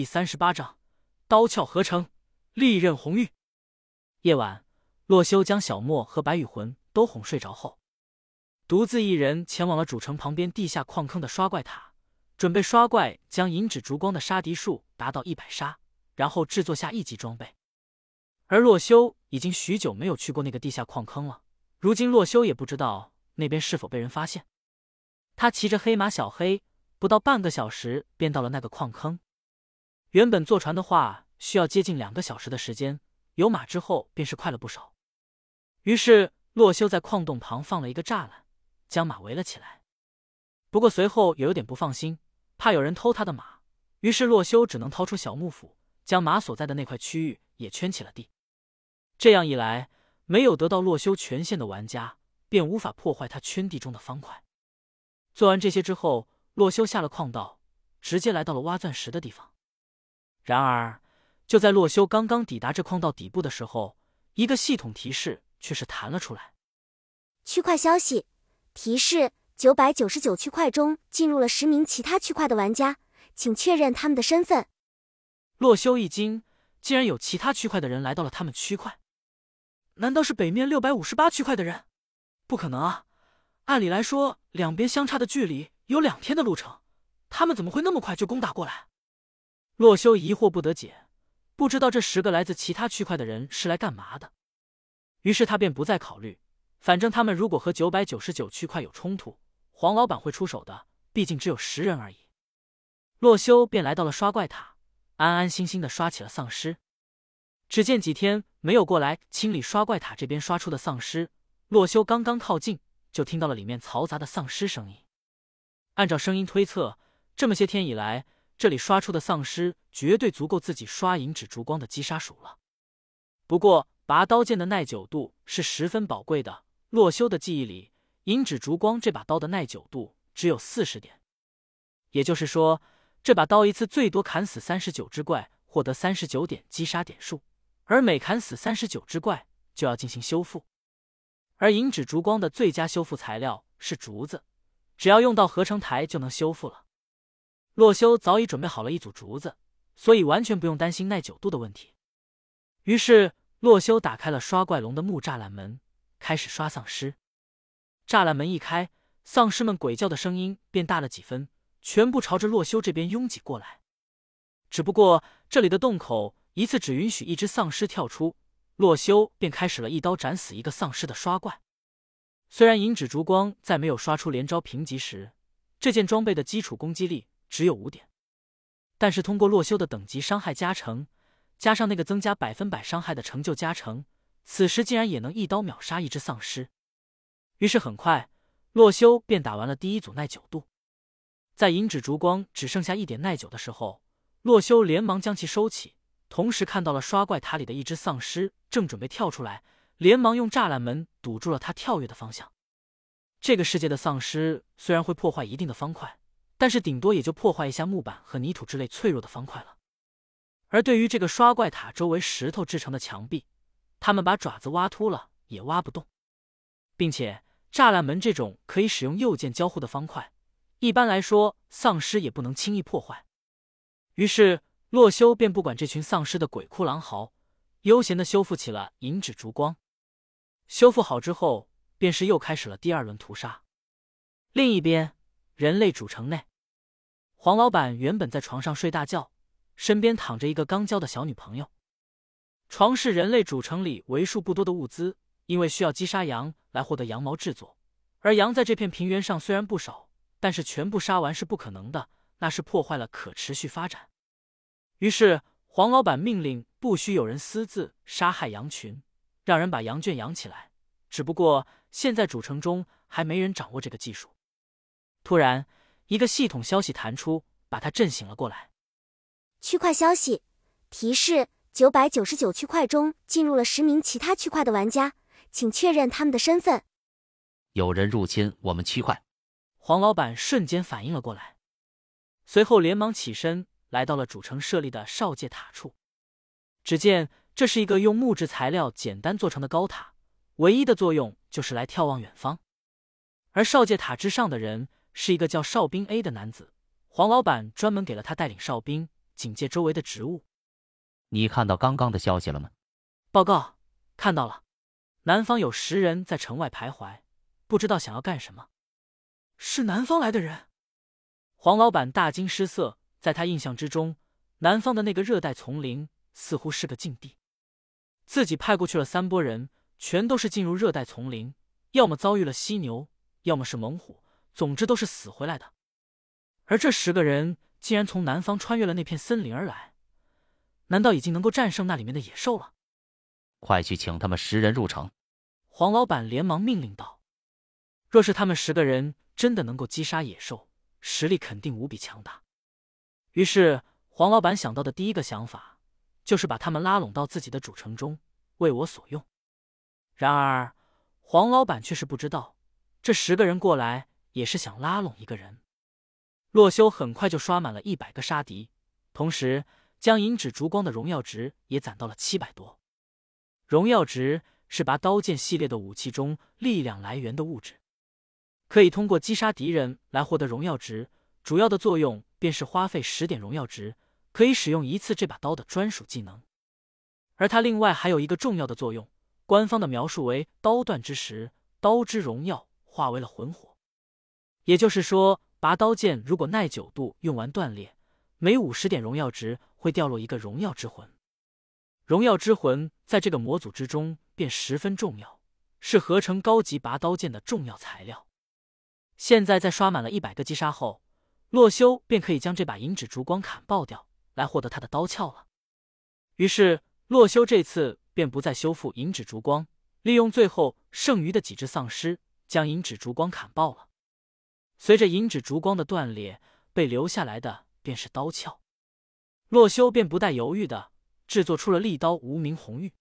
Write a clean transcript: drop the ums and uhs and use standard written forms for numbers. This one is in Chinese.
第38章刀鞘合成，利刃红玉。夜晚，洛修将小莫和白羽魂都哄睡着后，独自一人前往了主城旁边地下矿坑的刷怪塔，准备刷怪将银指烛光的杀敌数达到100杀，然后制作下1级装备。而洛修已经许久没有去过那个地下矿坑了，如今洛修也不知道那边是否被人发现。他骑着黑马小黑，不到半个小时便到了那个矿坑。原本坐船的话需要接近2个小时的时间，有马之后便是快了不少。于是洛修在矿洞旁放了一个栅栏，将马围了起来。不过随后也有点不放心，怕有人偷他的马，于是洛修只能掏出小木斧，将马所在的那块区域也圈起了地。这样一来，没有得到洛修权限的玩家便无法破坏他圈地中的方块。做完这些之后，洛修下了矿道，直接来到了挖钻石的地方。然而就在洛修刚刚抵达这矿道底部的时候，一个系统提示却是弹了出来。 区块消息提示：999区块中进入了10名其他区块的玩家，请确认他们的身份。 洛修一惊，竟然有其他区块的人来到了他们区块。难道是北面658区块的人？不可能啊！按理来说，两边相差的距离有2天的路程，他们怎么会那么快就攻打过来？洛修疑惑不得解，不知道这10个来自其他区块的人是来干嘛的。于是他便不再考虑，反正他们如果和999区块有冲突，黄老板会出手的，毕竟只有10人而已。洛修便来到了刷怪塔，安安心心地刷起了丧尸。只见几天没有过来清理刷怪塔这边刷出的丧尸，洛修刚刚靠近，就听到了里面嘈杂的丧尸声音。按照声音推测，这么些天以来，这里刷出的丧尸绝对足够自己刷银指烛光的击杀数了。不过拔刀剑的耐久度是十分宝贵的，洛修的记忆里，银指烛光这把刀的耐久度只有40点，也就是说，这把刀一次最多砍死39只怪，获得39点击杀点数，而每砍死39只怪就要进行修复。而银指烛光的最佳修复材料是竹子，只要用到合成台就能修复了。洛修早已准备好了一组竹子，所以完全不用担心耐久度的问题。于是洛修打开了刷怪龙的木栅栏门，开始刷丧尸。栅栏门一开，丧尸们鬼叫的声音便大了几分，全部朝着洛修这边拥挤过来。只不过这里的洞口一次只允许1只丧尸跳出，洛修便开始了一刀斩死1个丧尸的刷怪。虽然银指烛光在没有刷出连招评级时，这件装备的基础攻击力只有5点，但是通过洛修的等级伤害加成，加上那个增加100%伤害的成就加成，此时竟然也能一刀秒杀1只丧尸。于是很快，洛修便打完了第1组耐久度。在银指烛光只剩下1点耐久的时候，洛修连忙将其收起，同时看到了刷怪塔里的1只丧尸正准备跳出来，连忙用栅栏门堵住了他跳跃的方向。这个世界的丧尸虽然会破坏一定的方块，但是顶多也就破坏一下木板和泥土之类脆弱的方块了。而对于这个刷怪塔周围石头制成的墙壁，他们把爪子挖秃了也挖不动，并且栅栏门这种可以使用右键交互的方块，一般来说丧尸也不能轻易破坏。于是洛修便不管这群丧尸的鬼哭狼嚎，悠闲地修复起了银指烛光。修复好之后，便是又开始了第2轮屠杀。另一边，人类主城内，黄老板原本在床上睡大觉，身边躺着一个刚交的小女朋友。床是人类主城里为数不多的物资，因为需要击杀羊来获得羊毛制作，而羊在这片平原上虽然不少，但是全部杀完是不可能的，那是破坏了可持续发展。于是黄老板命令不许有人私自杀害羊群，让人把羊圈养起来，只不过现在主城中还没人掌握这个技术。突然一个系统消息弹出，把他震醒了过来。 区块消息提示：999区块中进入了10名其他区块的玩家，请确认他们的身份。 有人入侵我们区块。 黄老板瞬间反应了过来，随后连忙起身来到了主城设立的哨戒塔处。只见这是一个用木质材料简单做成的高塔，唯一的作用就是来眺望远方。而哨戒塔之上的人是一个叫哨兵 A 的男子，黄老板专门给了他带领哨兵警戒周围的植物。 你看到刚刚的消息了吗？ 报告，看到了。南方有10人在城外徘徊，不知道想要干什么。是南方来的人？黄老板大惊失色，在他印象之中，南方的那个热带丛林似乎是个禁地。自己派过去了3拨人，全都是进入热带丛林，要么遭遇了犀牛，要么是猛虎，总之都是死回来的。而这10个人竟然从南方穿越了那片森林而来，难道已经能够战胜那里面的野兽了？ 快去请他们10人入城！ 黄老板连忙命令道。若是他们10个人真的能够击杀野兽，实力肯定无比强大。于是黄老板想到的第一个想法，就是把他们拉拢到自己的主城中，为我所用。然而黄老板却是不知道，这10个人过来也是想拉拢一个人。洛修很快就刷满了100个杀敌，同时将银指烛光的荣耀值也攒到了700多。荣耀值是拔刀剑系列的武器中力量来源的物质，可以通过击杀敌人来获得荣耀值，主要的作用便是花费10点荣耀值，可以使用一次这把刀的专属技能。而它另外还有一个重要的作用，官方的描述为刀断之时，刀之荣耀化为了魂火。也就是说，拔刀剑如果耐久度用完断裂，每50点荣耀值会掉落一个荣耀之魂。荣耀之魂在这个模组之中便十分重要，是合成高级拔刀剑的重要材料。现在在刷满了100个击杀后，洛修便可以将这把银指烛光砍爆掉，来获得他的刀鞘了。于是洛修这次便不再修复银指烛光，利用最后剩余的几只丧尸，将银指烛光砍爆了。随着银指烛光的断裂，被留下来的便是刀鞘。洛修便不带犹豫的制作出了利刀无名红玉。